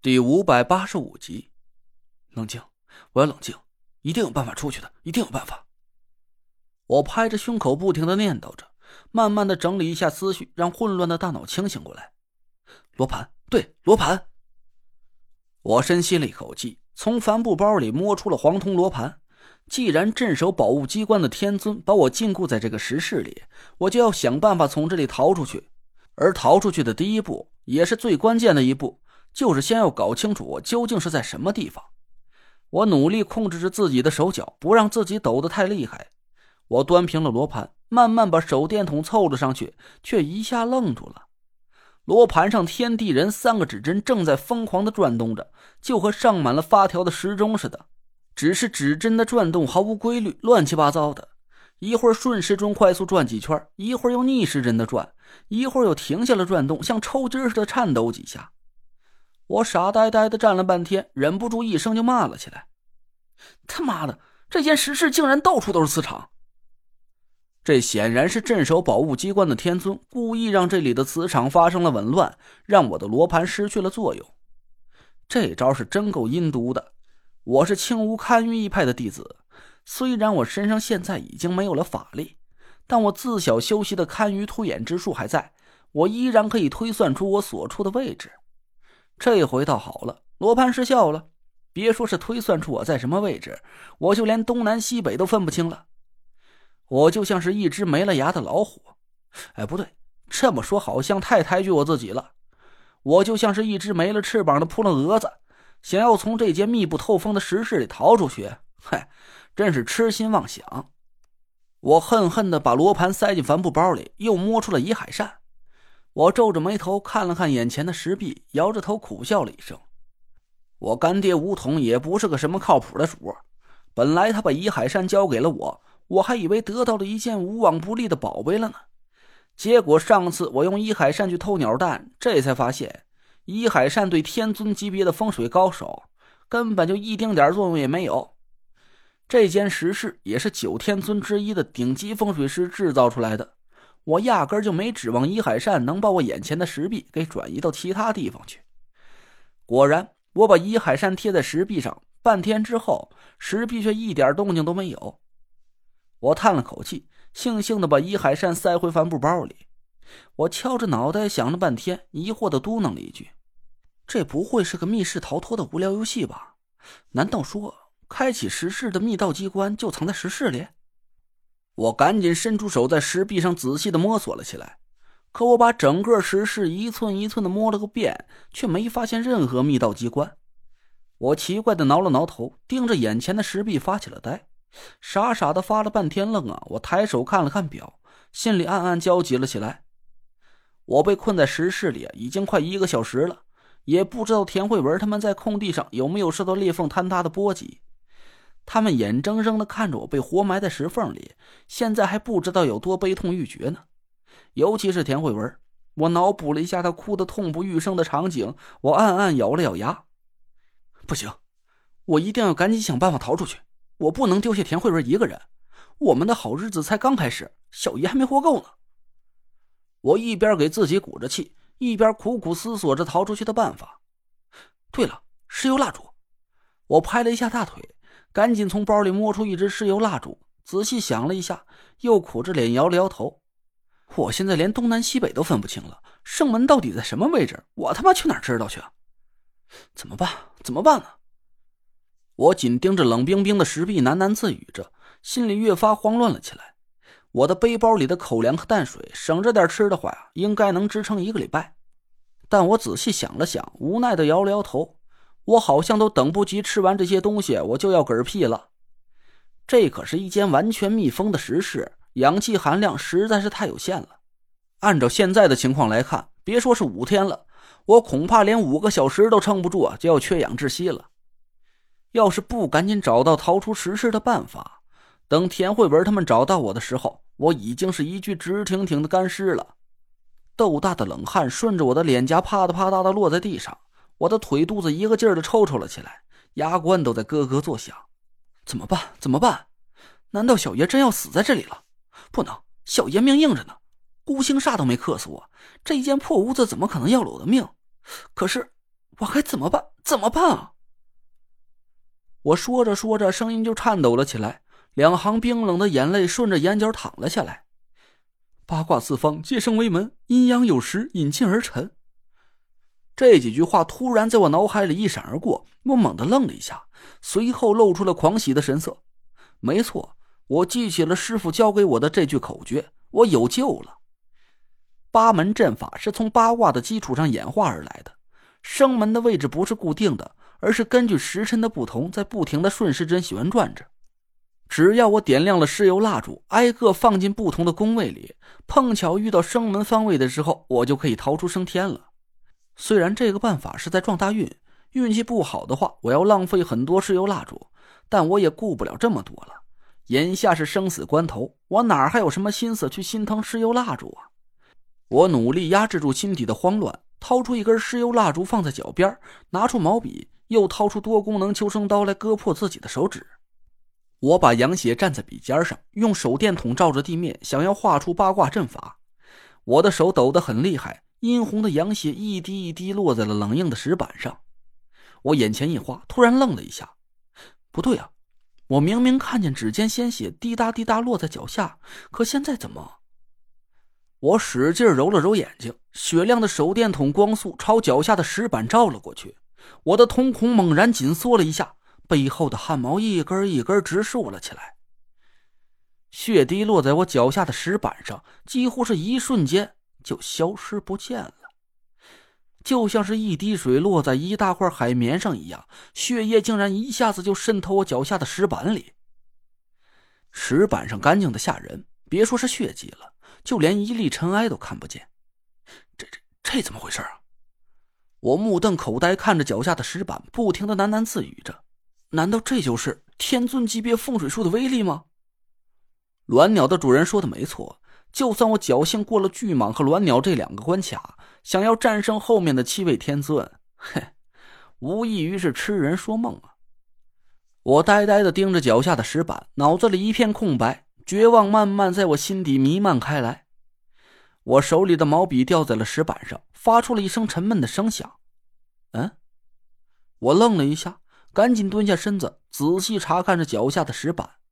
第585集。冷静，我要冷静，一定有办法出去的，一定有办法。我拍着胸口不停地念叨着，慢慢地整理一下思绪，让混乱的大脑清醒过来。罗盘，对，罗盘。我深吸了一口气，从帆布包里摸出了黄铜罗盘。既然镇守宝物机关的天尊把我禁锢在这个石室里，我就要想办法从这里逃出去。而逃出去的第一步，也是最关键的一步，就是先要搞清楚我究竟是在什么地方。我努力控制着自己的手脚，不让自己抖得太厉害。我端平了罗盘，慢慢把手电筒凑了上去，却一下愣住了。罗盘上天地人3个指针正在疯狂地转动着，就和上满了发条的时钟似的。只是指针的转动毫无规律，乱七八糟的，一会儿顺时钟快速转几圈，一会儿又逆时针的转，一会儿又停下了转动，像抽筋似的颤抖几下。我傻呆呆的站了半天，忍不住一声就骂了起来：他妈的，这间石室竟然到处都是磁场！这显然是镇守宝物机关的天尊故意让这里的磁场发生了紊乱，让我的罗盘失去了作用。这招是真够阴毒的。我是青乌堪舆一派的弟子，虽然我身上现在已经没有了法力，但我自小修习的堪舆推演之术还在，我依然可以推算出我所处的位置。这回倒好了，罗盘失效了，别说是推算出我在什么位置，我就连东南西北都分不清了。我就像是一只没了牙的老虎，不对，这么说好像太抬举我自己了。我就像是一只没了翅膀的扑棱蛾子，想要从这间密不透风的石室里逃出去，真是痴心妄想。我恨恨地把罗盘塞进帆布包里，又摸出了遗海扇。我皱着眉头看了看眼前的石壁，摇着头苦笑了一声。我干爹吴统也不是个什么靠谱的主，本来他把遗海扇交给了我，我还以为得到了一件无往不利的宝贝了呢。结果上次我用遗海扇去偷鸟蛋，这才发现遗海扇对天尊级别的风水高手根本就一丁点作用也没有。这间石室也是9天尊之一的顶级风水师制造出来的，我压根就没指望遗海扇能把我眼前的石壁给转移到其他地方去。果然，我把遗海扇贴在石壁上，半天之后，石壁却一点动静都没有。我叹了口气，悻悻地把遗海扇塞回帆布包里。我敲着脑袋想了半天，疑惑地嘟囔了一句：这不会是个密室逃脱的无聊游戏吧？难道说开启石室的密道机关就藏在石室里？我赶紧伸出手在石壁上仔细地摸索了起来，可我把整个石室一寸一寸地摸了个遍，却没发现任何密道机关。我奇怪地挠了挠头，盯着眼前的石壁发起了呆，傻傻地发了半天愣啊！我抬手看了看表，心里暗暗焦急了起来。我被困在石室里已经快1个小时了，也不知道田慧文他们在空地上有没有受到裂缝坍塌的波及。他们眼睁睁地看着我被活埋在石缝里，现在还不知道有多悲痛欲绝呢。尤其是田慧文，我脑补了一下她哭得痛不欲生的场景，我暗暗咬了咬牙。不行，我一定要赶紧想办法逃出去，我不能丢下田慧文一个人，我们的好日子才刚开始，小姨还没活够呢。我一边给自己鼓着气，一边苦苦思索着逃出去的办法。对了，石油蜡烛。我拍了一下大腿，赶紧从包里摸出一支石油蜡烛，仔细想了一下，又苦着脸摇了摇头。我现在连东南西北都分不清了，圣门到底在什么位置，我他妈去哪儿知道去啊？怎么办？怎么办呢？我紧盯着冷冰冰的石壁，喃喃自语着，心里越发慌乱了起来。我的背包里的口粮和淡水，省着点吃的话呀，应该能支撑1个礼拜。但我仔细想了想，无奈地摇了摇头，我好像都等不及吃完这些东西，我就要嗝屁了。这可是一间完全密封的石室，氧气含量实在是太有限了。按照现在的情况来看，别说是5天了，我恐怕连5个小时都撑不住就要缺氧窒息了。要是不赶紧找到逃出石室的办法，等田慧文他们找到我的时候，我已经是一具直挺挺的干尸了。豆大的冷汗顺着我的脸颊啪嗒啪嗒的落在地上，我的腿肚子一个劲儿的抽抽了起来，牙关都在咯咯作响。怎么办？怎么办？难道小爷真要死在这里了？不能，小爷命硬着呢，孤星煞都没克死我，这一间破屋子怎么可能要了我的命？可是我该怎么办？怎么办啊？我说着说着，声音就颤抖了起来，两行冰冷的眼泪顺着眼角淌了下来。八卦四方，皆生为门，阴阳有时，引进而沉。这几句话突然在我脑海里一闪而过，我猛地愣了一下，随后露出了狂喜的神色。没错，我记起了师傅教给我的这句口诀，我有救了。八门阵法是从八卦的基础上演化而来的，生门的位置不是固定的，而是根据时辰的不同，在不停的顺时针旋转着。只要我点亮了尸油蜡烛，挨个放进不同的宫位里，碰巧遇到生门方位的时候，我就可以逃出升天了。虽然这个办法是在撞大运，运气不好的话，我要浪费很多尸油蜡烛，但我也顾不了这么多了。眼下是生死关头，我哪还有什么心思去心疼尸油蜡烛啊？我努力压制住心底的慌乱，掏出一根尸油蜡烛放在脚边，拿出毛笔，又掏出多功能求生刀来割破自己的手指。我把羊血蘸在笔尖上，用手电筒照着地面，想要画出八卦阵法。我的手抖得很厉害，殷红的羊血一滴一滴落在了冷硬的石板上。我眼前一花，突然愣了一下。不对啊，我明明看见指尖鲜血滴答滴答落在脚下，可现在怎么……我使劲揉了揉眼睛，雪亮的手电筒光束朝脚下的石板照了过去，我的瞳孔猛然紧缩了一下，背后的汗毛一根一根直竖了起来。血滴落在我脚下的石板上，几乎是一瞬间就消失不见了，就像是一滴水落在一大块海绵上一样，血液竟然一下子就渗透我脚下的石板里。石板上干净的吓人，别说是血迹了，就连一粒尘埃都看不见。这怎么回事啊？我目瞪口呆看着脚下的石板，不停地喃喃自语着，难道这就是天尊级别风水术的威力吗？鸾鸟的主人说的没错，就算我侥幸过了巨蟒和鸾鸟这两个关卡，想要战胜后面的7位天尊，无异于是痴人说梦啊！我呆呆地盯着脚下的石板，脑子里一片空白，绝望慢慢在我心底弥漫开来。我手里的毛笔掉在了石板上，发出了一声沉闷的声响。我愣了一下，赶紧蹲下身子，仔细查看着脚下的石板。